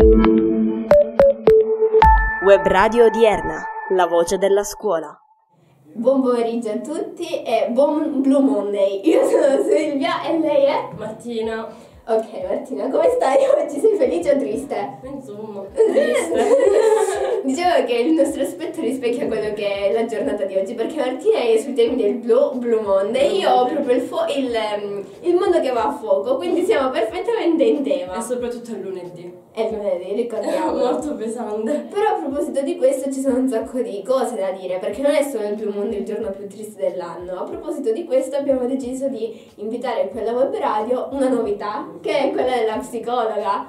Web Radio Odierna, la voce della scuola. Buon pomeriggio a tutti e buon Blue Monday. Io sono Silvia e lei è? Martina. Ok Martina, come stai oggi? Sei felice o triste? Insomma, triste. Dicevo che il nostro aspetto rispecchia quello che è la giornata di oggi, perché Martina è sui temi del Blue Monday, io ho proprio il mondo che va a fuoco, quindi siamo perfettamente in tema. E soprattutto è lunedì. È lunedì, ricordiamo. Molto pesante. Però a proposito di questo ci sono un sacco di cose da dire, perché non è solo il Blue Monday il giorno più triste dell'anno. A proposito di questo abbiamo deciso di invitare qui alla Web Radio una novità, che è quella della psicologa.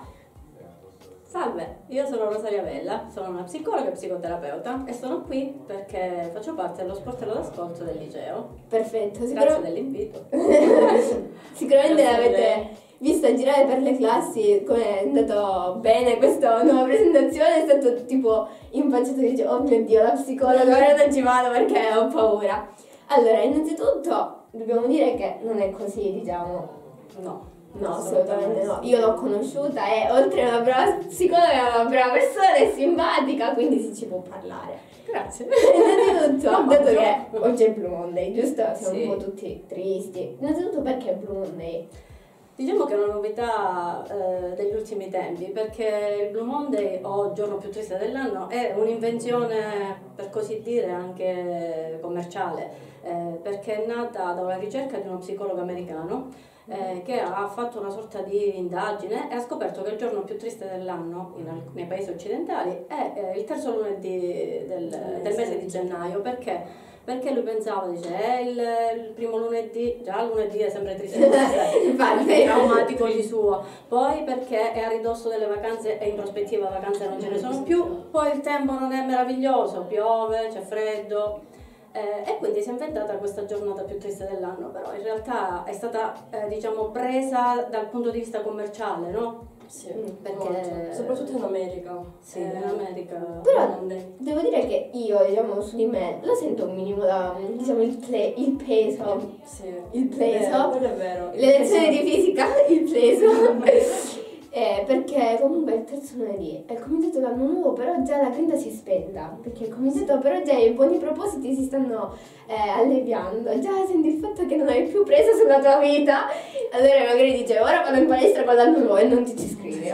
Salve, io sono Rosaria Vella, sono una psicologa e psicoterapeuta e sono qui perché faccio parte dello sportello d'ascolto del liceo. Perfetto, Grazie dell'invito. Sicuramente l'avete vista girare per le classi, come è andato bene questa nuova presentazione, è stato tipo impacciato e dice oh mio Dio, la psicologa, ora non ci vado perché ho paura. Allora, innanzitutto dobbiamo dire che non è così, diciamo. No, assolutamente no. Io l'ho conosciuta e oltre a una brava psicologa è una brava persona, è simpatica, quindi si ci può parlare. Grazie. Innanzitutto, dato che oggi è Blue Monday, giusto? Siamo un po' tutti tristi. Innanzitutto perché Blue Monday? Diciamo che è una novità degli ultimi tempi, perché il Blue Monday, o giorno più triste dell'anno, è un'invenzione, per così dire, anche commerciale, perché è nata da una ricerca di uno psicologo americano che ha fatto una sorta di indagine e ha scoperto che il giorno più triste dell'anno nei paesi occidentali è il terzo lunedì del mese di gennaio. Perché lui pensava, dice, è il primo lunedì, già lunedì è sempre triste, infatti è traumatico di suo. Poi perché è a ridosso delle vacanze e in prospettiva vacanze non ce ne sono più, poi il tempo non è meraviglioso, piove, c'è freddo. E quindi si è inventata questa giornata più triste dell'anno, però in realtà è stata diciamo presa dal punto di vista commerciale, no? Sì, perché molto. Soprattutto in America. Sì, in America. Però devo dire che io, diciamo, su di me lo sento un minimo diciamo, il peso. Sì. Il peso. Quello è vero. Le lezioni di fisica, il peso. Perché comunque il terzo lunedì è cominciato l'anno nuovo, però già la grinta si spenta, perché è cominciato, però già i buoni propositi si stanno alleviando, già senti il fatto che non hai più preso sulla tua vita, allora magari dici ora vado in palestra con l'anno nuovo e non ti ci iscrivi,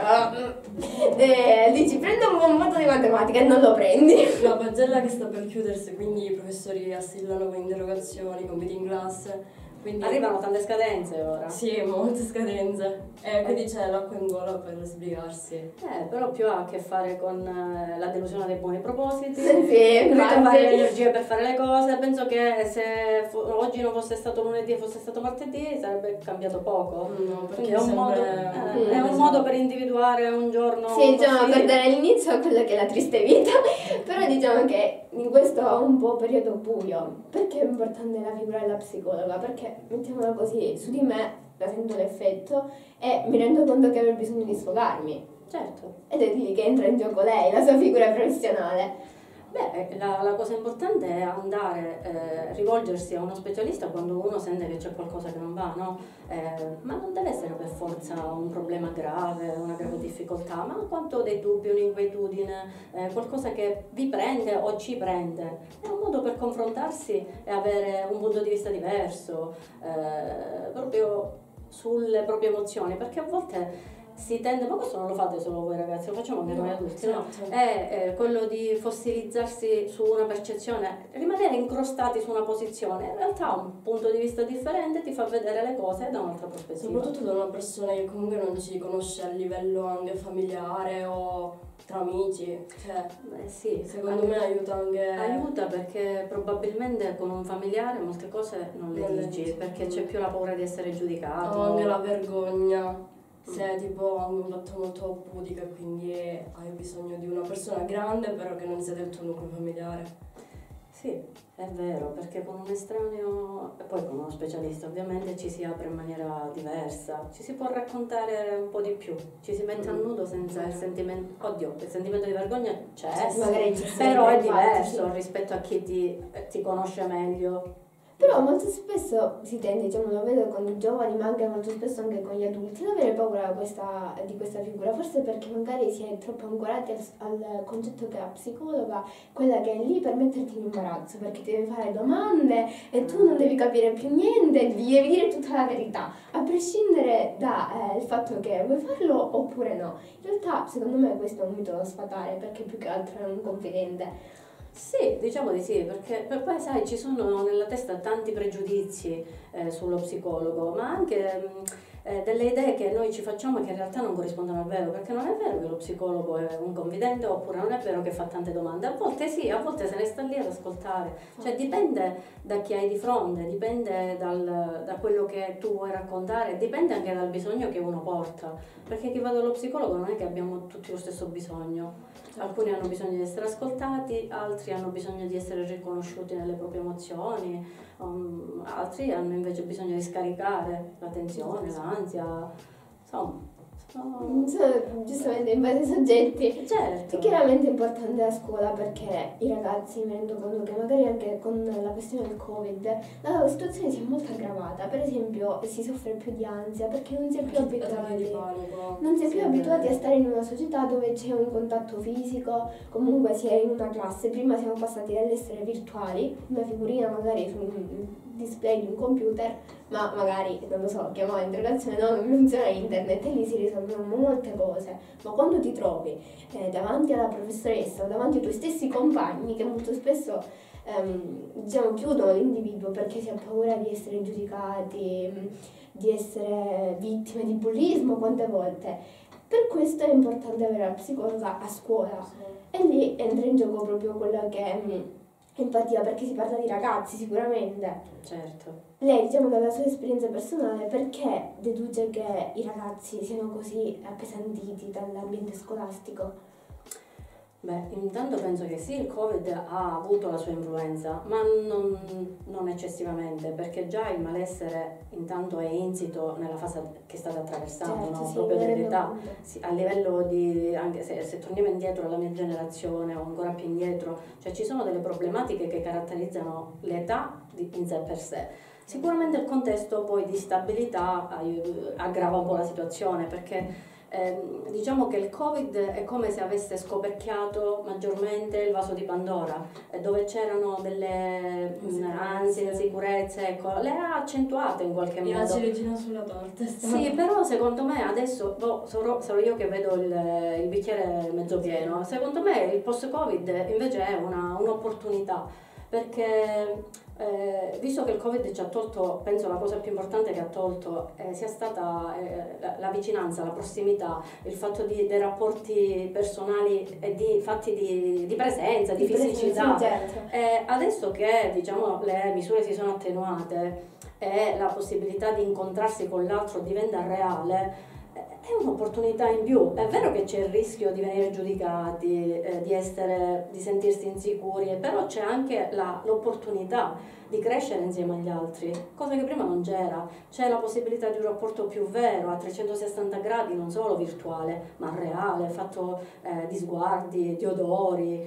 dici prendo un buon voto di matematica e non lo prendi. La pagella che sta per chiudersi, quindi i professori assillano con interrogazioni, compiti in classe. Quindi arrivano tante scadenze ora. Sì, molte scadenze. E quindi c'è l'acqua in gola per sbrigarsi. Però più ha a che fare con la delusione dei buoni propositi. Sì, trovare le energie per fare le cose. Penso che se oggi non fosse stato lunedì e fosse stato martedì sarebbe cambiato poco. No, perché è un modo per individuare un giorno. Sì, diciamo, per dare l'inizio a quella che è la triste vita. Però diciamo che in questo un po' periodo buio, perché è importante la figura della psicologa? Perché, mettiamola così, su di me la sento l'effetto e mi rendo conto che avrei bisogno di sfogarmi. Certo. Ed è lì che entra in gioco lei, la sua figura professionale. Beh, la cosa importante è andare, rivolgersi a uno specialista quando uno sente che c'è qualcosa che non va, no? Ma non deve essere per forza un problema grave, una grave difficoltà, ma quanto dei dubbi, un'inquietudine, qualcosa che vi prende o ci prende. È un modo per confrontarsi e avere un punto di vista diverso, proprio sulle proprie emozioni, perché a volte si tende, ma questo non lo fate solo voi ragazzi, lo facciamo anche noi adulti, no? È quello di fossilizzarsi su una percezione, rimanere incrostati su una posizione. In realtà un punto di vista differente ti fa vedere le cose da un'altra prospettiva. Soprattutto da una persona che comunque non ci conosce a livello anche familiare o tra amici. Cioè, sì, secondo me aiuta anche. Aiuta perché probabilmente con un familiare molte cose non le dici, perché c'è più la paura di essere giudicato. O anche la vergogna. Se tipo hanno un fatto molto pudica, quindi hai bisogno di una persona grande però che non sia del tuo nucleo familiare. Sì, è vero, perché con un estraneo e poi con uno specialista ovviamente ci si apre in maniera diversa, ci si può raccontare un po' di più, ci si mette a nudo senza il sentimento, oddio, il sentimento di vergogna c'è, magari però è diverso rispetto a chi ti conosce meglio. Però molto spesso si tende, diciamo, lo vedo con i giovani, ma anche molto spesso anche con gli adulti, ad avere paura di questa figura, forse perché magari si è troppo ancorati al concetto che la psicologa, quella che è lì per metterti in imbarazzo, perché ti deve fare domande e tu non devi capire più niente, gli devi dire tutta la verità, a prescindere dal fatto che vuoi farlo oppure no. In realtà, secondo me, questo è un mito da sfatare, perché più che altro è un confidente. Sì, diciamo di sì, perché poi sai, ci sono nella testa tanti pregiudizi sullo psicologo, ma anche delle idee che noi ci facciamo e che in realtà non corrispondono al vero, perché non è vero che lo psicologo è un confidente, oppure non è vero che fa tante domande. A volte sì, a volte se ne sta lì ad ascoltare, cioè dipende da chi hai di fronte, dipende da quello che tu vuoi raccontare, dipende anche dal bisogno che uno porta, perché chi va dallo psicologo non è che abbiamo tutti lo stesso bisogno. Alcuni hanno bisogno di essere ascoltati, altri hanno bisogno di essere riconosciuti nelle proprie emozioni, altri hanno invece bisogno di scaricare la tensione, l'ansia, insomma. Sono giustamente in base ai soggetti. Certo. È chiaramente importante la scuola perché i ragazzi, mi rendo conto che magari anche con la questione del Covid la situazione si è molto aggravata. Per esempio si soffre più di ansia perché non si è più abituati. Non si è più abituati a stare in una società dove c'è un contatto fisico, comunque si è in una classe. Prima siamo passati dall'essere virtuali, una figurina magari su un display di un computer, ma magari, non lo so, chiamava interrogazione, no, non funziona internet e lì si risolvono molte cose. Ma quando ti trovi davanti alla professoressa o davanti ai tuoi stessi compagni, che molto spesso diciamo chiudono l'individuo perché si ha paura di essere giudicati, di essere vittime di bullismo quante volte. Per questo è importante avere la psicologa a scuola e lì entra in gioco proprio quella che è empatia, perché si parla di ragazzi sicuramente. Certo. Lei, diciamo, dalla sua esperienza personale, perché deduce che i ragazzi siano così appesantiti dall'ambiente scolastico? Beh, intanto penso che sì, il Covid ha avuto la sua influenza, ma non eccessivamente, perché già il malessere intanto è insito nella fase che state attraversando, Certo, no? sì, Proprio mi rendo dell'età. conto. Sì, a livello di, anche se torniamo indietro alla mia generazione o ancora più indietro, cioè ci sono delle problematiche che caratterizzano l'età in sé per sé. Sicuramente il contesto poi di stabilità aggrava un po' la situazione, perché diciamo che il Covid è come se avesse scoperchiato maggiormente il vaso di Pandora, dove c'erano delle ansie, insicurezze, ecco, le ha accentuate in qualche La modo. ciliegina sulla torta. Sì, però secondo me adesso, sarò io che vedo il bicchiere mezzo pieno, secondo me il post-Covid invece è un'opportunità, perché visto che il Covid ci ha tolto, penso la cosa più importante che ha tolto sia stata la vicinanza, la prossimità, il fatto dei rapporti personali e fatti di presenza, di fisicità. Certo. Adesso che diciamo le misure si sono attenuate e la possibilità di incontrarsi con l'altro diventa reale, è un'opportunità in più. È vero che c'è il rischio di venire giudicati, di sentirsi insicuri, però c'è anche l'opportunità di crescere insieme agli altri, cosa che prima non c'era. C'è la possibilità di un rapporto più vero, a 360 gradi, non solo virtuale, ma reale, fatto di sguardi, di odori,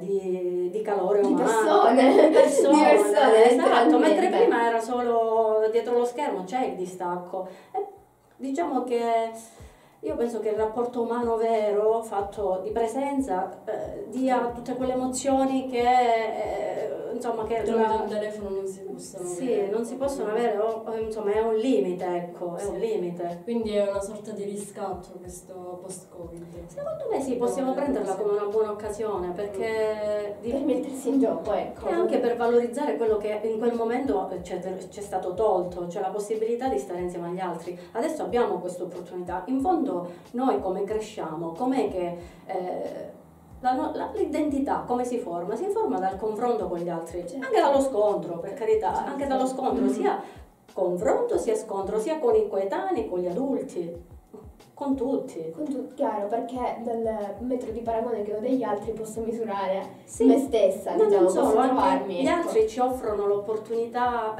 di calore umano. Di persone, esatto, mentre prima era solo dietro lo schermo, c'è il distacco. Diciamo che io penso che il rapporto umano vero, fatto di presenza, dia tutte quelle emozioni che insomma che tramite un telefono non si possono avere. Sì, non si possono avere, insomma è un limite, ecco, è un limite. Quindi è una sorta di riscatto questo post-Covid. Secondo me sì, possiamo prenderla come una buona occasione, perché Per mettersi in gioco, ecco. e anche per valorizzare quello che in quel momento c'è stato tolto, cioè la possibilità di stare insieme agli altri. Adesso abbiamo questa opportunità. In fondo noi come cresciamo, com'è che l'identità come si forma? Si forma dal confronto con gli altri, anche dallo scontro, per carità, anche dallo scontro, sia confronto sia scontro, sia con i coetanei, con gli adulti, con tutti. Chiaro, perché dal metro di paragone che ho degli altri posso misurare Sì, me stessa, ma diciamo, non solo, posso anche trovarmi. gli ecco. altri ci offrono l'opportunità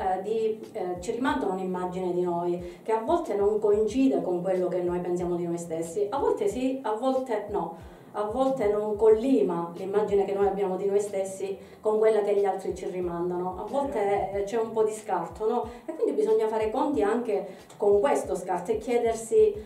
ci rimandano un'immagine di noi che a volte non coincide con quello che noi pensiamo di noi stessi, a volte sì, a volte no. a volte non collima l'immagine che noi abbiamo di noi stessi con quella che gli altri ci rimandano, a volte c'è un po' di scarto, no? E quindi bisogna fare conti anche con questo scarto e chiedersi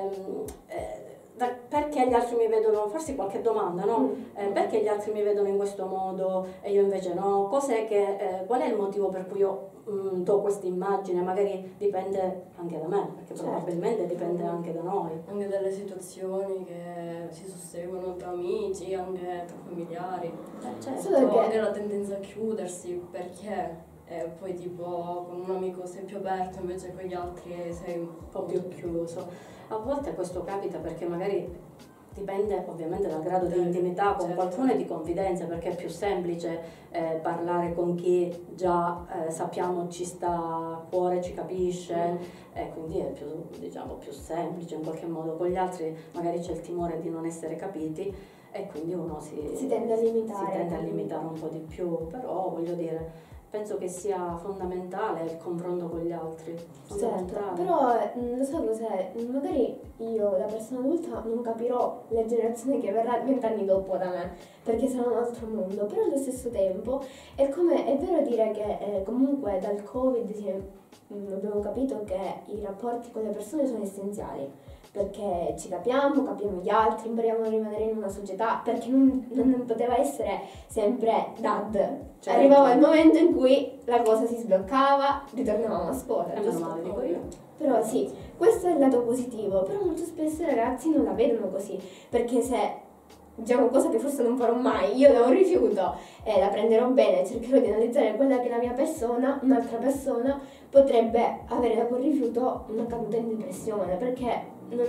perché gli altri mi vedono, farsi qualche domanda, no? Perché gli altri mi vedono in questo modo e io invece no? Qual è il motivo per cui io do questa immagine? Magari dipende anche da me, perché probabilmente dipende anche da noi. Anche dalle situazioni che si susseguono tra amici, anche tra familiari. Certo. Anche la tendenza a chiudersi, perché poi tipo con un amico sei più aperto, invece con gli altri sei un po' più chiuso. A volte questo capita perché magari dipende ovviamente dal grado di intimità con qualcuno e di confidenza, perché è più semplice parlare con chi già sappiamo ci sta a cuore, ci capisce, e quindi è più, diciamo, più semplice in qualche modo. Con gli altri magari c'è il timore di non essere capiti e quindi uno si tende a limitare un po' di più, però voglio dire, penso che sia fondamentale il confronto con gli altri. Certo, però lo so cos'è? Magari io, da persona adulta, non capirò la generazione che verrà 20 anni dopo da me, perché sarà un altro mondo, però allo stesso tempo è vero dire che comunque dal Covid abbiamo capito che i rapporti con le persone sono essenziali, perché ci capiamo gli altri, impariamo a rimanere in una società, perché non poteva essere sempre dad. Certo. Arrivava il momento in cui la cosa si sbloccava, ritornavamo a scuola. Dico io. Però sì, questo è il lato positivo, però molto spesso i ragazzi non la vedono così, perché se, diciamo, cosa che forse non farò mai, io do un rifiuto e la prenderò bene, cercherò di analizzare quella che è la mia persona, un'altra persona potrebbe avere da quel rifiuto una caduta in depressione, perché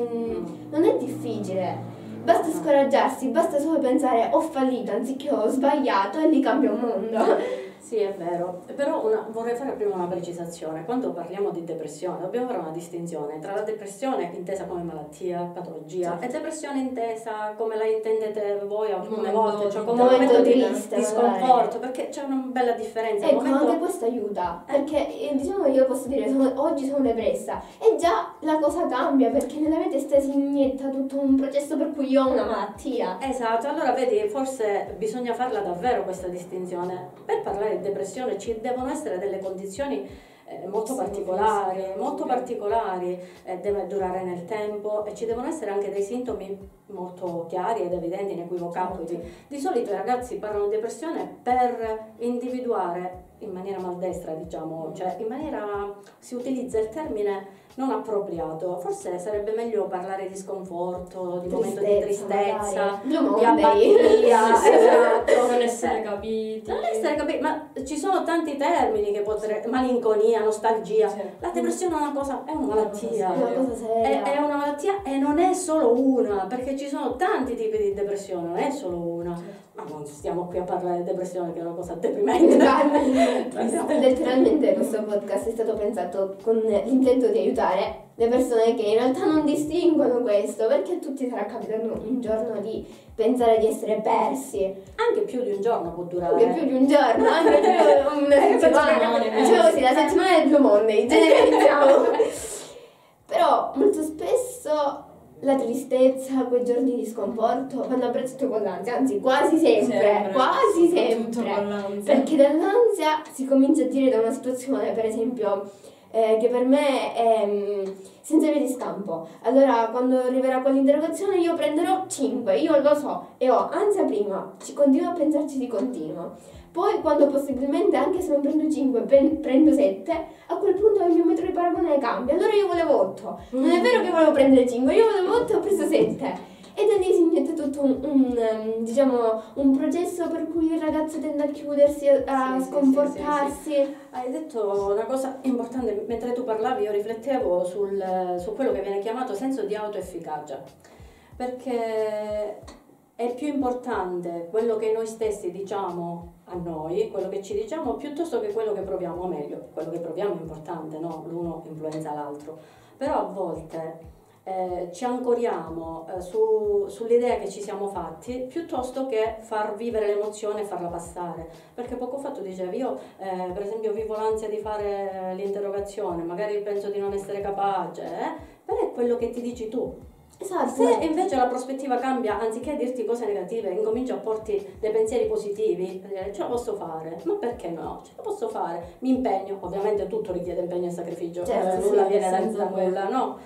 non è difficile, basta scoraggiarsi, basta solo pensare ho fallito anziché ho sbagliato e lì cambia un mondo. Sì, è vero, però vorrei fare prima una precisazione. Quando parliamo di depressione dobbiamo fare una distinzione tra la depressione intesa come malattia, patologia, e depressione intesa come la intendete voi alcune volte, cioè come un momento di sconforto, perché c'è una bella differenza. Ecco, anche questo aiuta, perché diciamo io posso dire oggi sono depressa e già la cosa cambia, perché nella mia testa si inietta tutto un processo per cui io ho una malattia. Esatto, allora vedi, forse bisogna farla davvero questa distinzione. Per parlare di depressione ci devono essere delle condizioni molto particolari, deve durare nel tempo e ci devono essere anche dei sintomi molto chiari ed evidenti, inequivocabili. Di solito i ragazzi parlano di depressione per individuare in maniera maldestra, diciamo, cioè si utilizza il termine non appropriato. Forse sarebbe meglio parlare di sconforto, di momento di tristezza, di apatia, esatto, non essere capiti, ma ci sono tanti termini che malinconia, nostalgia. La depressione è una malattia, è una malattia e non è solo una, perché ci sono tanti tipi di depressione, non è solo una. Ma non stiamo qui a parlare di depressione, che è una cosa deprimente. Letteralmente questo podcast è stato pensato con l'intento di aiutare le persone che in realtà non distinguono questo, perché a tutti sarà capitato un giorno di pensare di essere persi. Anche più di un giorno può durare. Anche più di un giorno, anche più di una settimana. Diciamo così, la settimana del Blue Monday, generalizziamo. Però molto spesso la tristezza, quei giorni di sconforto vanno a braccetto con l'ansia, anzi quasi sempre. Perché dall'ansia si comincia a dire da una situazione, per esempio, che per me è senza via di scampo. Allora quando arriverà quell'interrogazione io prenderò 5, io lo so, e ho ansia prima, ci continuo a pensarci di continuo. Poi quando possibilmente anche se non prendo 5 prendo 7, a quel punto il mio metro di paragone cambia. Allora io volevo 8, non è vero che volevo prendere 5, io volevo 8 e ho preso 7. E da lì si mette tutto un processo per cui il ragazzo tende a chiudersi, a sconfortarsi. Sì. Hai detto una cosa importante, mentre tu parlavi io riflettevo su quello che viene chiamato senso di autoefficacia, perché è più importante quello che noi stessi diciamo a noi, quello che ci diciamo, piuttosto che quello che proviamo, o meglio, quello che proviamo è importante, no? L'uno influenza l'altro, però a volte ci ancoriamo sull'idea che ci siamo fatti piuttosto che far vivere l'emozione e farla passare, perché poco fa tu dicevi io per esempio vivo l'ansia di fare l'interrogazione, magari penso di non essere capace, però è quello che ti dici tu. Esatto. Se invece la prospettiva cambia, anziché dirti cose negative, incomincia a porti dei pensieri positivi, a dire ce la posso fare, ma perché no? Ce la posso fare, mi impegno, ovviamente tutto richiede impegno e sacrificio, Certo, nulla sì, viene senza da nulla, no?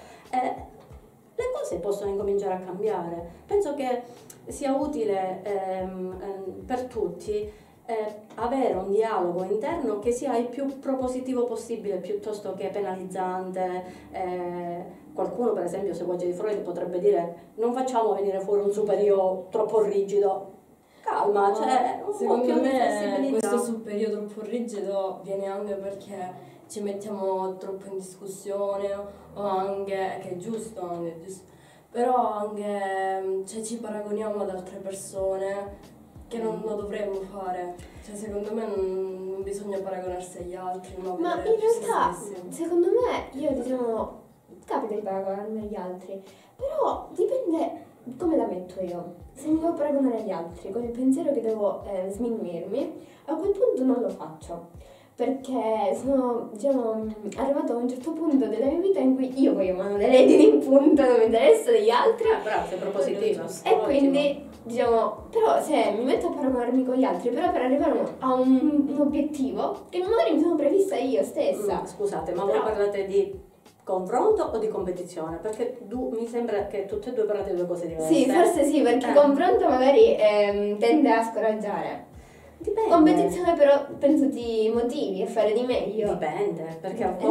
Le cose possono incominciare a cambiare. Penso che sia utile per tutti avere un dialogo interno che sia il più propositivo possibile piuttosto che penalizzante. Qualcuno, per esempio, seguace di Freud, potrebbe dire non facciamo venire fuori un super io troppo rigido. Calma, cioè un po' secondo più di me flessibilità. questo superiore troppo rigido viene anche perché ci mettiamo troppo in discussione o anche, che è giusto, però anche ci paragoniamo ad altre persone che non lo dovremmo fare. Cioè secondo me non bisogna paragonarsi agli altri, Ma vedere in se realtà, stessi. secondo me, io diciamo, capita di paragonarmi agli altri, però dipende come la metto io. Se mi devo paragonare agli altri con il pensiero che devo sminuirmi, a quel punto non lo faccio. Perché sono, diciamo, arrivato a un certo punto della mia vita in cui io voglio mandare le redini in punta, non mi interessa degli altri. Bravo, sei propositiva. E quindi, diciamo, però se mi metto a paragonarmi con gli altri, però per arrivare a un obiettivo che magari mi sono prevista io stessa. Scusate, ma voi Però- parlate di confronto o di competizione? Perché mi sembra che tutte e due parlate di due cose diverse. Sì, forse sì, perché il confronto magari tende a scoraggiare. Dipende. Competizione però penso ti motivi a fare di meglio. Dipende, perché a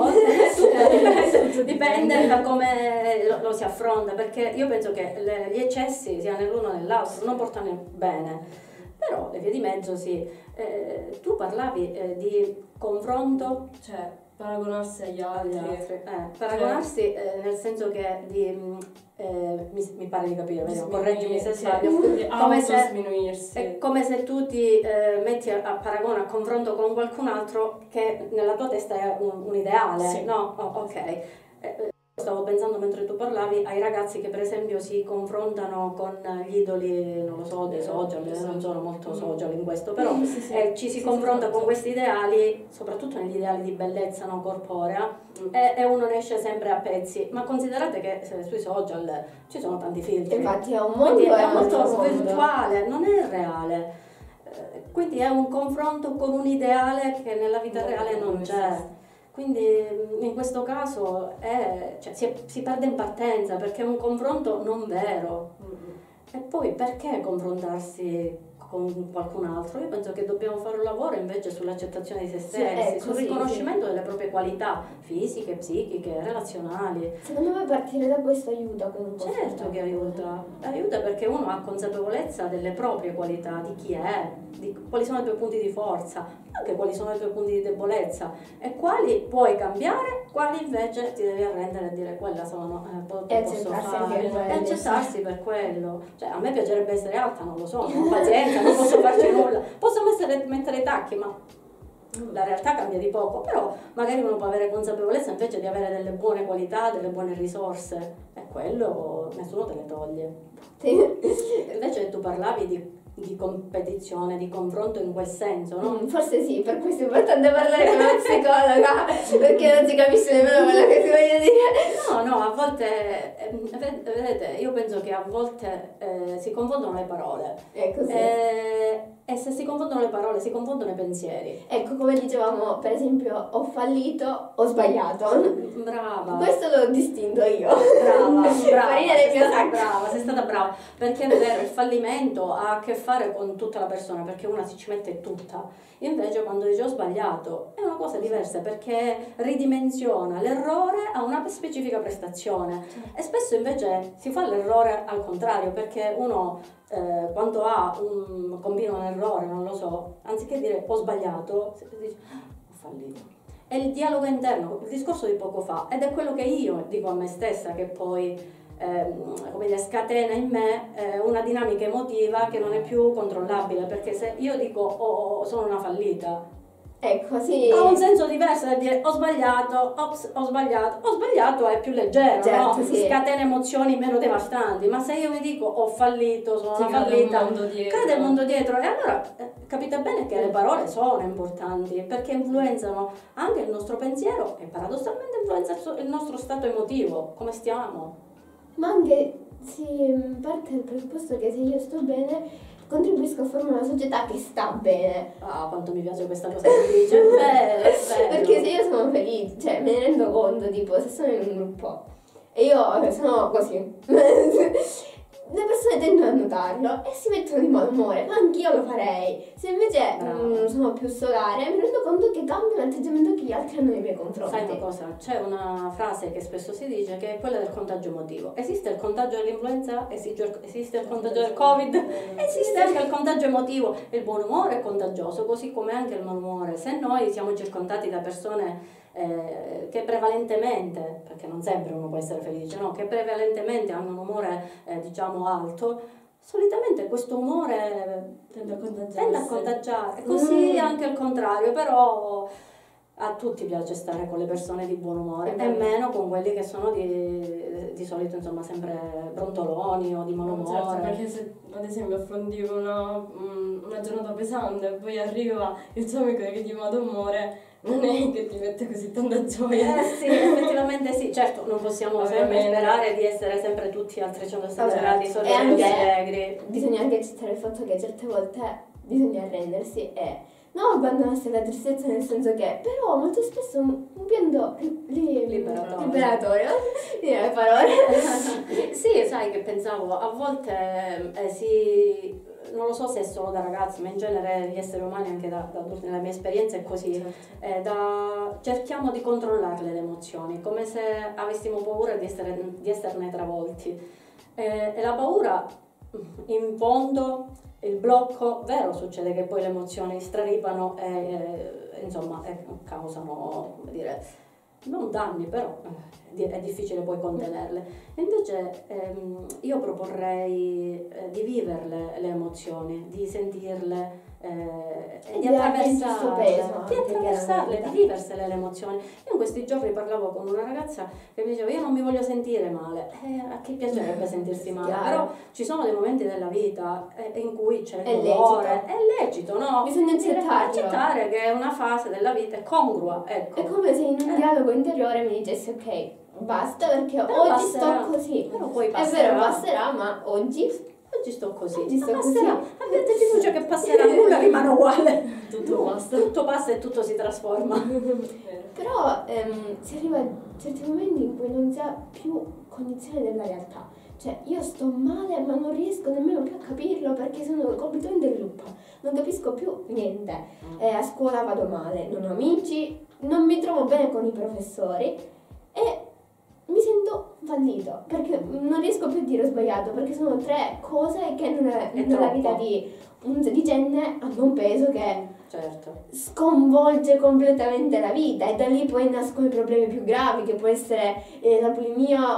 volte dipende da come lo si affronta, perché io penso che gli eccessi sia nell'uno o nell'altro non portano bene, però le vie di mezzo sì. Tu parlavi di confronto, Cioè, paragonarsi agli altri. paragonarsi nel senso che mi pare di capire, vediamo, correggimi se sbaglio, Come se sminuirsi. è come se tu ti metti a paragone, a confronto con qualcun altro che nella tua testa è un ideale, Sì. no? Ok. Stavo pensando mentre tu parlavi ai ragazzi che per esempio si confrontano con gli idoli, non lo so, dei social, non sono molto social in questo, però ci si confronta con questi ideali, soprattutto negli ideali di bellezza non corporea, e uno ne esce sempre a pezzi. Ma considerate che sui social ci sono tanti filtri. Infatti è un mondo, Quindi è un molto altro mondo. virtuale, non è reale. Quindi è un confronto con un ideale che nella vita reale non c'è. Quindi in questo caso si perde in partenza perché è un confronto non vero. E poi perché confrontarsi con qualcun altro? Io penso che dobbiamo fare un lavoro invece sull'accettazione di se stessi, sul riconoscimento delle proprie qualità fisiche, psichiche, relazionali. Secondo me partire da questo aiuta comunque. Certo che aiuta perché uno ha consapevolezza delle proprie qualità, di chi è, di quali sono i tuoi punti di forza, anche quali sono i tuoi punti di debolezza e quali puoi cambiare, quali invece ti devi arrendere e dire quella sono, posso accettarsi fare, anche quello, e accettarsi per quello. Cioè a me piacerebbe essere alta, non lo so, non ho pazienza, non posso farci nulla, posso mettere i tacchi, ma la realtà cambia di poco, però magari uno può avere consapevolezza invece di avere delle buone qualità, delle buone risorse e quello nessuno te le toglie. Invece tu parlavi di competizione, di confronto in quel senso, no? Forse sì, per questo è importante parlare con una psicologa, perché non si capisce nemmeno quello che si voglia dire. No, a volte, vedete, io penso che a volte si confondono le parole. È così. E se si confondono le parole, si confondono i pensieri. Ecco, come dicevamo, per esempio, ho fallito, ho sbagliato. Brava. Questo l'ho distinto io. Brava, Farina del mio sacco. sei stata brava, perché è vero, il fallimento ha a che fare con tutta la persona, perché una si ci mette tutta, invece quando dice ho sbagliato è una cosa diversa, perché ridimensiona l'errore a una specifica prestazione, e spesso invece si fa l'errore al contrario, perché uno quando combina un errore, non lo so, anziché dire ho sbagliato, dice ho fallito. È il dialogo interno, il discorso di poco fa, ed è quello che io dico a me stessa che poi come dire, scatena in me una dinamica emotiva che non è più controllabile, perché se io dico sono una fallita, Ecco, sì. ha un senso diverso da dire ho sbagliato, ops, ho sbagliato è più leggero, Certo, no? sì. Scatena emozioni meno devastanti, ma se io mi dico ho fallito, sono Ti una cade fallita, il mondo dietro. cade il mondo dietro, e allora capite bene che le parole sono importanti perché influenzano anche il nostro pensiero e paradossalmente influenza il nostro stato emotivo, come stiamo. Ma anche si parte dal presupposto che se io sto bene contribuisco a formare una società che sta bene. Ah, quanto mi piace questa cosa che dice, è bello, è bello. Perché se io sono felice, cioè me ne rendo conto, tipo, se sono in un gruppo e io sono così, le persone tendono a notarlo e si mettono di malumore, ma anch'io lo farei. Se invece sono più solare, mi rendo conto che cambia l'atteggiamento che gli altri hanno nei miei confronti. Sai una cosa? C'è una frase che spesso si dice che è quella del contagio emotivo. Esiste il contagio dell'influenza? Esiste il contagio del Covid? Esiste anche il contagio emotivo. Il buon umore è contagioso, così come anche il malumore. Se noi siamo circondati da persone che prevalentemente, perché non sempre uno può essere felice, no? Che prevalentemente hanno un umore diciamo alto, solitamente questo umore tende a contagiare. Così anche il contrario, però a tutti piace stare con le persone di buon umore e meno con quelli che sono di solito insomma sempre brontoloni o di malumore. Certo, perché se ad esempio affronti una giornata pesante e poi arriva il tuo amico che ti va d'umore, non è che ti mette così tanta gioia. Sì, effettivamente sì, certo, non possiamo sempre sperare di essere sempre tutti al 360 gradi sorridenti e allegri. Bisogna anche accettare il fatto che certe volte bisogna arrendersi e non abbandonarsi alla tristezza, nel senso che però molto spesso un pianto liberatorio, dire le parole. Sì, sai che pensavo, a volte non lo so se è solo da ragazzi, ma in genere gli esseri umani anche da adulti, nella mia esperienza è così, cerchiamo di controllare le emozioni, come se avessimo paura di esserne travolti. E la paura, in fondo, il blocco, vero, succede che poi le emozioni straripano e insomma causano, come dire, non danni, però è difficile poi contenerle. Invece io proporrei di viverle le emozioni, di sentirle e di attraversarle, di viversele le emozioni. Io in questi giorni parlavo con una ragazza che mi diceva: io non mi voglio sentire male. A chi piacerebbe sentirsi male? Però ci sono dei momenti della vita in cui c'è il dolore, è lecito, no? Bisogna accettare che è una fase della vita, è congrua, ecco. È come se in un dialogo interiore mi dicessi: ok, basta, perché però oggi sto così. Però poi passerà. È vero, passerà, ma oggi sto così. Oggi sto passerà. Abbiate fiducia che passerà, nulla rimane uguale. Tutto passa e tutto si trasforma. Però si arriva a certi momenti in cui non si ha più cognizione della realtà. Cioè, io sto male, ma non riesco nemmeno più a capirlo perché sono completamente in loop. Non capisco più niente. A scuola vado male, non ho amici, non mi trovo bene con i professori e mi sento fallito perché non riesco più a dire ho sbagliato, perché sono 3 cose che nella vita di un sedicenne hanno un peso che sconvolge completamente la vita, e da lì poi nascono i problemi più gravi, che può essere la bulimia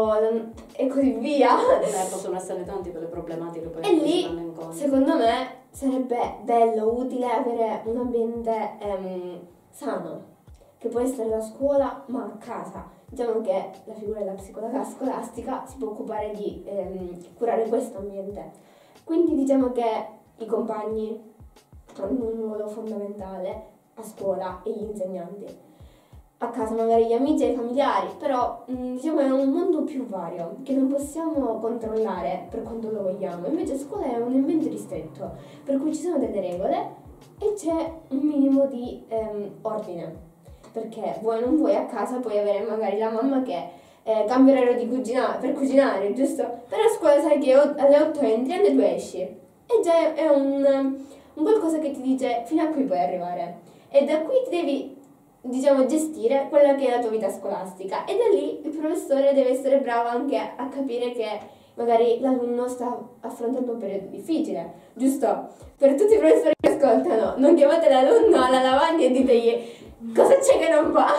e così via. Possono essere tanti quelle problematiche poi e lì secondo me sarebbe bello, utile avere un ambiente sano, che può essere la scuola ma a casa. Diciamo che la figura della psicologa scolastica si può occupare di curare questo ambiente. Quindi diciamo che i compagni hanno un ruolo fondamentale a scuola e gli insegnanti. A casa magari gli amici e i familiari, però diciamo è un mondo più vario che non possiamo controllare per quanto lo vogliamo. Invece a scuola è un ambiente ristretto, per cui ci sono delle regole e c'è un minimo di ordine. Perché vuoi non vuoi a casa puoi avere magari la mamma che cambia l'orario per cucinare, giusto? Però a scuola sai che alle 8 entri e alle 2 esci. E già è un qualcosa che ti dice fino a qui puoi arrivare. E da qui ti devi, diciamo, gestire quella che è la tua vita scolastica. E da lì il professore deve essere bravo anche a capire che magari l'alunno sta affrontando un periodo difficile, giusto? Per tutti i professori che ascoltano, non chiamate l'alunno alla lavagna e ditegli: cosa c'è che non va?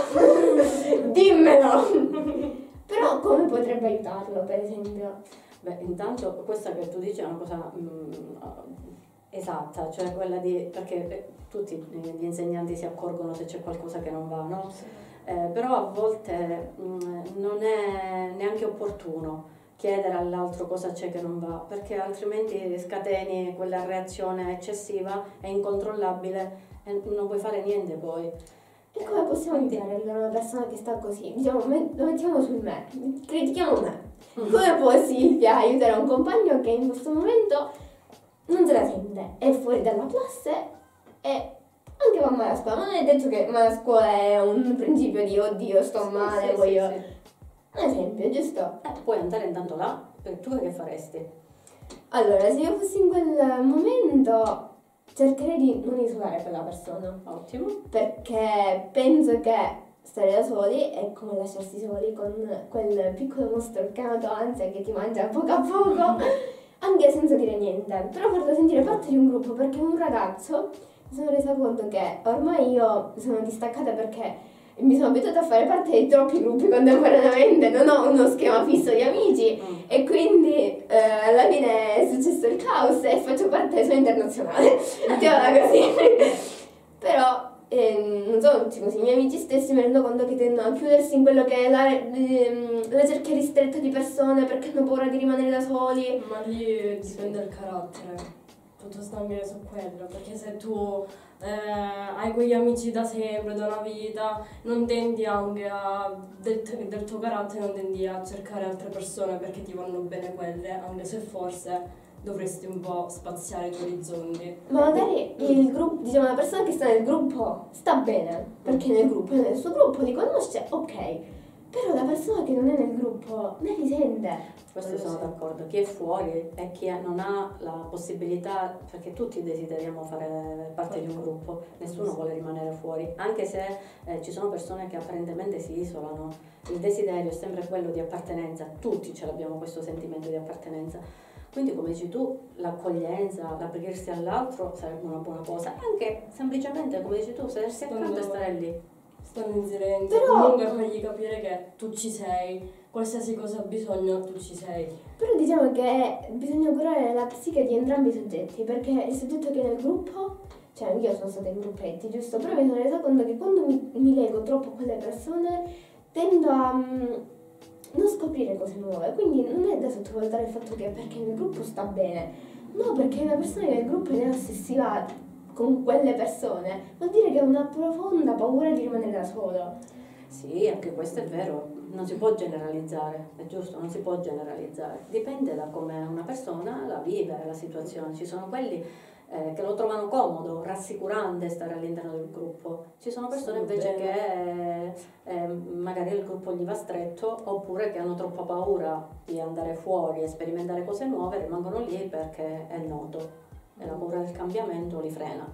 Dimmelo! Però come potrebbe aiutarlo, per esempio? Beh, intanto questa che tu dici è una cosa esatta, cioè quella di, perché tutti gli insegnanti si accorgono se c'è qualcosa che non va, no? Però a volte non è neanche opportuno chiedere all'altro cosa c'è che non va, perché altrimenti scateni quella reazione eccessiva e incontrollabile e non puoi fare niente poi. E come possiamo aiutare una persona che sta così? Diciamo, lo mettiamo sul me, critichiamo me. Come può Silvia aiutare un compagno che in questo momento non se la sente, è fuori dalla classe e anche va male a scuola? Non è detto che male a scuola è un principio di oddio, sto male, voglio... Un esempio, giusto? Puoi andare intanto là, tu che faresti? Allora, se io fossi in quel momento cercherei di non isolare quella persona. Ottimo. Perché penso che stare da soli è come lasciarsi soli con quel piccolo mostro chiamato ansia che ti mangia poco a poco, anche senza dire niente. Però farlo sentire parte di un gruppo, perché un ragazzo mi sono resa conto che ormai io mi sono distaccata perché mi sono abituata a fare parte di troppi gruppi contemporaneamente, non ho uno schema fisso di amici e quindi alla fine è successo il caos e faccio parte solo internazionale, mettiamola così. Però non sono tutti così, i miei amici stessi mi rendo conto che tendono a chiudersi in quello che è la cerchia ristretta di persone perché hanno paura di rimanere da soli. Ma lì dipende dal carattere, tutto sta anche su quello, perché se tu hai quegli amici da sempre, da una vita, non tendi anche del tuo carattere, non tendi a cercare altre persone perché ti vanno bene quelle, anche se forse dovresti un po' spaziare gli orizzonti. Ma magari il gruppo, diciamo, la persona che sta nel gruppo sta bene, perché nel gruppo, nel suo gruppo li conosce, ok. Però la persona che non è nel gruppo ne risente. Questo sono d'accordo. Chi è fuori e chi non ha la possibilità, perché tutti desideriamo fare parte di un gruppo, nessuno vuole rimanere fuori, anche se ci sono persone che apparentemente si isolano. Il desiderio è sempre quello di appartenenza, tutti ce l'abbiamo questo sentimento di appartenenza. Quindi, come dici tu, l'accoglienza, l'aprirsi all'altro sarebbe una buona cosa. Anche semplicemente, come dici tu, sedersi accanto e stare lì. Stanno in silenzio, Però, comunque fargli capire che tu ci sei, qualsiasi cosa ha bisogno tu ci sei. Però diciamo che bisogna curare la psiche di entrambi i soggetti, perché il soggetto che è nel gruppo, cioè anch'io sono stata in gruppetti, giusto? Però mi sono resa conto che quando mi lego troppo a quelle persone tendo a non scoprire cose nuove, quindi non è da sottovalutare il fatto che perché nel gruppo sta bene, no, perché una persona che nel gruppo è ossessiva con quelle persone vuol dire che ha una profonda paura di rimanere da solo. Sì, anche questo è vero, non si può generalizzare, è giusto, non si può generalizzare, dipende da come una persona la vive la situazione. Ci sono quelli che lo trovano comodo, rassicurante stare all'interno del gruppo, ci sono persone invece che magari il gruppo gli va stretto, oppure che hanno troppa paura di andare fuori e sperimentare cose nuove, rimangono lì perché è noto e la paura del cambiamento li frena.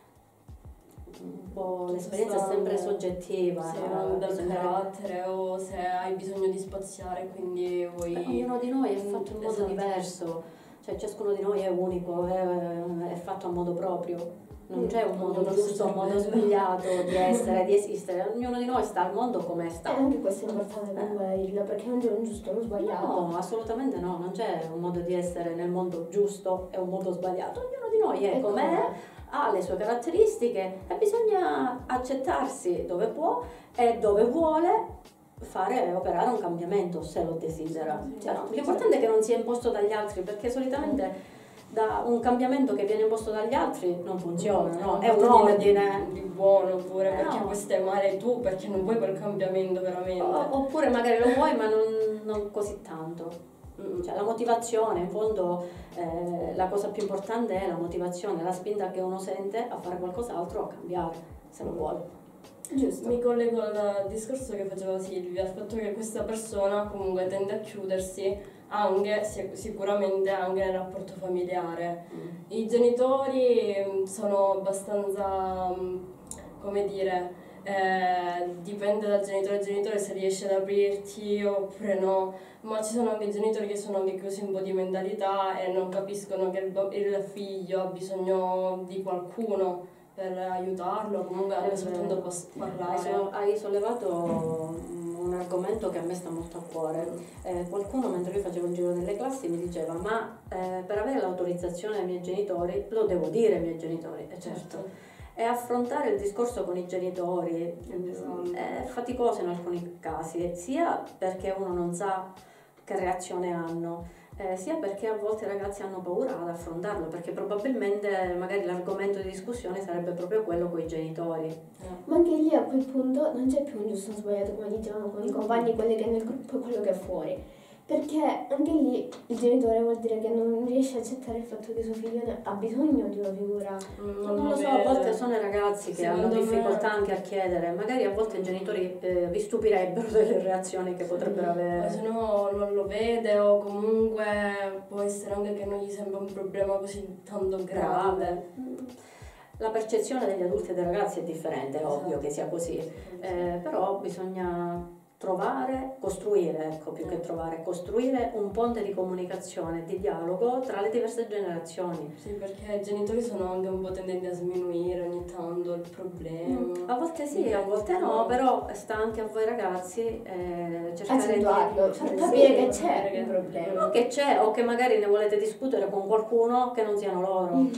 Un po' l'esperienza è sempre soggettiva. Se non dal carattere o se hai bisogno di spaziare, quindi vuoi... Ognuno di noi è fatto in modo diverso, cioè ciascuno di noi è unico, è fatto a modo proprio. Non c'è un modo giusto, un modo sbagliato di essere, di esistere. Ognuno di noi sta al mondo come sta. Anche questo è importante comunque dirlo, perché non c'è un giusto e un sbagliato. No, assolutamente no, non c'è un modo di essere nel mondo giusto e un modo sbagliato. Ognuno di noi è com'è, ha le sue caratteristiche e bisogna accettarsi dove può e dove vuole operare un cambiamento se lo desidera. L'importante è che non sia imposto dagli altri, perché solitamente da un cambiamento che viene imposto dagli altri non funziona, no? È un ordine di buono, oppure perché no. poi stai male tu, perché non vuoi quel cambiamento veramente. Oppure magari lo vuoi ma non così tanto. Cioè, la motivazione, in fondo la cosa più importante è la motivazione, la spinta che uno sente a fare qualcos'altro, a cambiare, se lo vuole. Giusto. Mi collego al discorso che faceva Silvia, al fatto che questa persona comunque tende a chiudersi anche, sicuramente anche nel rapporto familiare. I genitori sono abbastanza, come dire, dipende dal genitore se riesce ad aprirti oppure no, ma ci sono anche genitori che sono anche chiusi un po' di mentalità e non capiscono che il figlio ha bisogno di qualcuno per aiutarlo, comunque anche soltanto parlare. Hai sollevato un argomento che a me sta molto a cuore. Qualcuno, mentre io facevo il giro delle classi, mi diceva ma per avere l'autorizzazione dei miei genitori lo devo dire ai miei genitori. E certo. E affrontare il discorso con i genitori è faticoso in alcuni casi, sia perché uno non sa che reazione hanno, sia perché a volte i ragazzi hanno paura ad affrontarlo, perché probabilmente magari l'argomento di discussione sarebbe proprio quello con i genitori. Ma anche lì a quel punto non c'è più un giusto o sbagliato, come dicevamo con i compagni, quelli che è nel gruppo e quello che è fuori. Perché anche lì il genitore vuol dire che non riesce a accettare il fatto che suo figlio ha bisogno di una figura. Non lo so, a volte sono i ragazzi che hanno Secondo difficoltà me- anche a chiedere, magari a volte i genitori vi stupirebbero delle reazioni che potrebbero Ma avere. se no non lo vede o comunque può essere anche che non gli sembra un problema così tanto grave. La percezione degli adulti e dei ragazzi è differente, è ovvio Esatto. che sia così, però bisogna costruire, ecco, più che trovare, costruire un ponte di comunicazione, di dialogo tra le diverse generazioni. Sì, perché i genitori sono anche un po' tendenti a sminuire ogni tanto il problema. A volte sì, a volte no, però sta anche a voi ragazzi cercare Accentuarlo, di far sì, capire che sì, c'è perché- un problema. o che c'è o che magari ne volete discutere con qualcuno che non siano loro.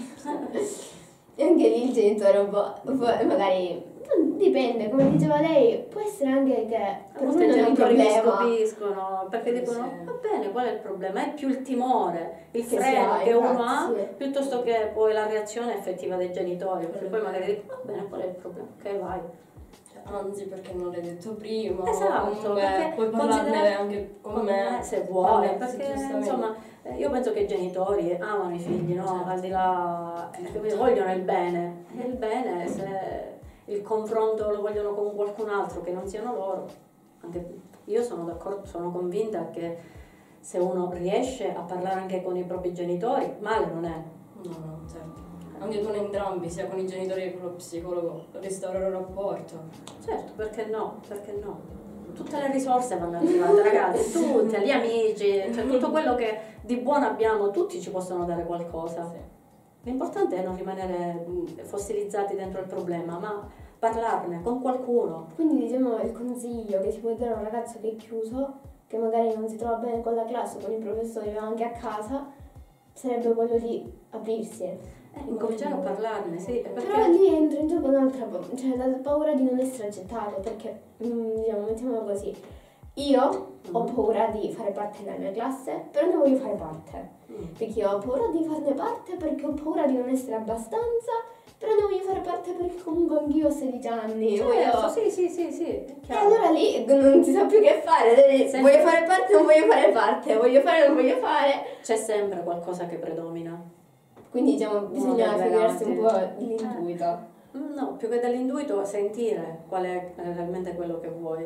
E anche lì il genitore un po', magari, dipende, come diceva lei, può essere anche che A per volte lui i non è un genitori mi problema. stupiscono perché dicono Sì. va bene, qual è il problema? È più il timore, il Che si freno ha, che uno infatti, ha sì. piuttosto che poi la reazione effettiva dei genitori, perché poi magari dicono va bene, qual è il problema? Ok, vai. Anzi, perché non l'hai detto prima. Esatto, comunque perché puoi parlarne considera- anche con me. se vuoi, Parlarsi, perché giustamente. insomma io penso che i genitori amano i figli, no? Certo. Al di là, vogliono il bene, e il bene se il confronto lo vogliono con qualcun altro che non siano loro, anche io sono d'accordo, sono convinta che se uno riesce a parlare anche con i propri genitori, male non è. No, certo. Anche con entrambi, sia con i genitori che con lo psicologo, restaurare il rapporto. Certo, perché no? Perché no? Tutte le risorse vanno attivate, ragazzi, tutte, gli amici, cioè tutto quello che di buono abbiamo, tutti ci possono dare qualcosa. L'importante è non rimanere fossilizzati dentro il problema, ma parlarne con qualcuno. Quindi diciamo il consiglio che si può dare a un ragazzo che è chiuso, che magari non si trova bene con la classe, con i professori o anche a casa, sarebbe quello di aprirsi. Incominciare a parlarne, sì, Però perché lì entra in gioco un'altra cioè la paura di non essere accettato, perché diciamo, mettiamolo così, io ho paura di fare parte della mia classe, però ne voglio fare parte. Perché ho paura di farne parte, perché ho paura di non essere abbastanza, però ne voglio fare parte perché comunque anch'io ho 16 anni. certo, voglio... sì, E chiaro. allora lì non si sa più che fare, Sempre. voglio fare parte, non voglio fare parte, voglio fare, non voglio fare. C'è sempre qualcosa che predomina. Quindi diciamo bisogna dei figurarsi un po' ragazzi. l'intuito. No, più che dall'intuito, sentire qual è realmente quello che vuoi.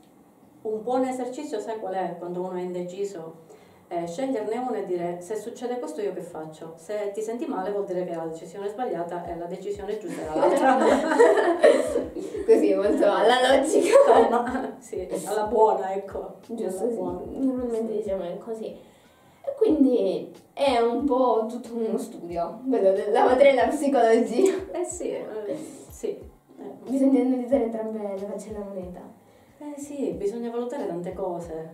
Un buon esercizio, sai qual è? Quando uno è indeciso, sceglierne uno e dire se succede questo io che faccio? Se ti senti male vuol dire che la decisione sbagliata e la decisione giusta è l'altra. Così, molto alla logica. Ma sì, alla buona, ecco. Giusto, Alla sì. buona. Normalmente diciamo è così. E quindi è un po' tutto uno studio, quello della materia della psicologia. Sì. Bisogna analizzare entrambe le facce della moneta. Sì, bisogna valutare tante cose,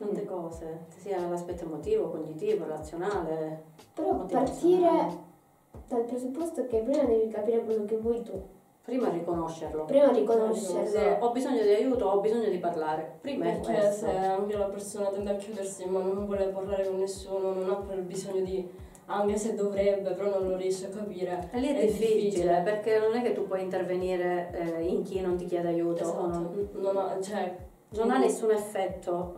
sia l'aspetto emotivo, cognitivo, relazionale. Però motivazionale. partire dal presupposto che prima devi capire quello che vuoi tu. Prima riconoscerlo. Prima riconoscerlo. Se ho bisogno di aiuto, ho bisogno di parlare. Prima è Perché questo. se anche la persona tende a chiudersi ma non vuole parlare con nessuno, non ha quel bisogno di, anche se dovrebbe, però non lo riesce a capire. E lì è difficile, perché non è che tu puoi intervenire in chi non ti chiede aiuto. Esatto. O non, Non ha nessun effetto,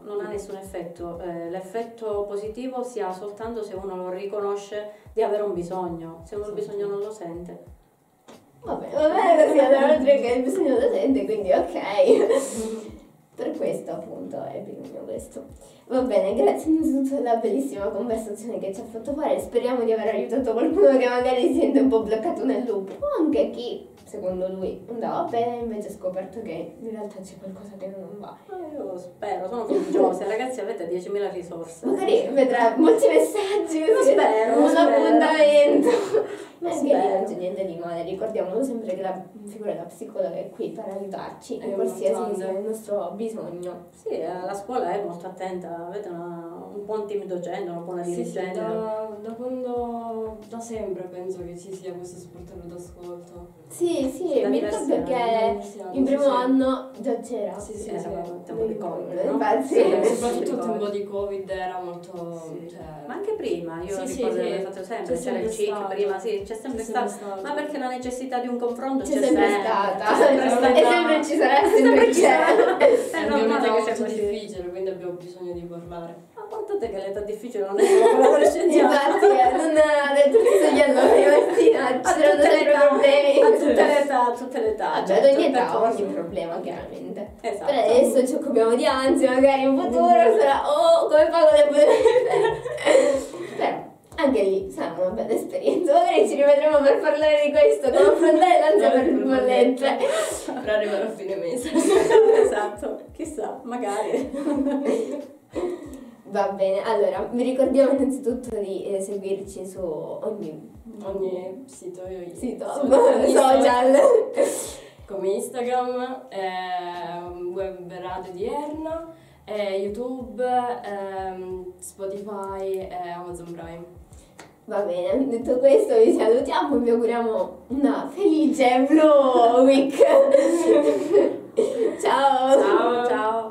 l'effetto positivo si ha soltanto se uno lo riconosce di avere un bisogno, se uno il bisogno non lo sente. Va bene così, allora non c'è che il bisogno lo sente, quindi ok. Per questo appunto è bisogno questo. Va bene, grazie innanzitutto della bellissima conversazione che ci ha fatto fare. Speriamo di aver aiutato qualcuno che magari si sente un po' bloccato nel loop. O anche chi, secondo lui, andava bene e invece ha scoperto che in realtà c'è qualcosa che non va. Io spero, sono fiduciosa, ragazzi, avete 10.000 risorse. Magari vedrà molti messaggi, Lo spero, un spero. appuntamento. Lo Anche lì non spero. c'è niente di male, ricordiamolo sempre che la figura della psicologa è qui per aiutarci È in qualsiasi importante. sia il nostro bisogno. Sì, la scuola è molto attenta, avete un buon team docente, una buona Sì, dirigente. da quando, da sempre penso che ci sia questo sportello d'ascolto. Sì, Da mi diversi ricordo che anni, in primo sì. anno già c'era. Sì, sì, Eravamo sì. in tempo di Covid, no? Infatti. Sì, Soprattutto il ricordo. tempo di Covid era molto... Sì. Cioè, Ma anche prima, io Sì, ricordo sì, che sì. l'ho fatto sempre, C'è c'era il sempre CIC stato. prima, sì, c'è sempre stato. Ma perché la necessità di un confronto C'è sempre stata. C'è sempre stata. E sempre ci sarà, sempre c'è. È È una normale che sia molto così. difficile, quindi abbiamo bisogno di parlare. Ma notate che l'età difficile non è solo quella adolescenziale. Infatti, non ha detto tutti gli allori, Martina, c'erano dei problemi. A tutte le età. Vabbè, ad ogni età ogni problema, chiaramente. Esatto. Per adesso ci occupiamo di ansia, magari in futuro sarà, come pago le bollette. Però, anche lì sarà una bella esperienza. Magari ci rivedremo per parlare di questo, come affrontare l'ansia per le bollette. Per arrivare a fine mese. Esatto, chissà, magari. Va bene, allora, vi ricordiamo innanzitutto di seguirci su ogni sito, social. Come Instagram, Web Radio di Erna, YouTube, Spotify e Amazon Prime. Va bene, detto questo vi salutiamo e vi auguriamo una felice Blue Week. Ciao! Ciao!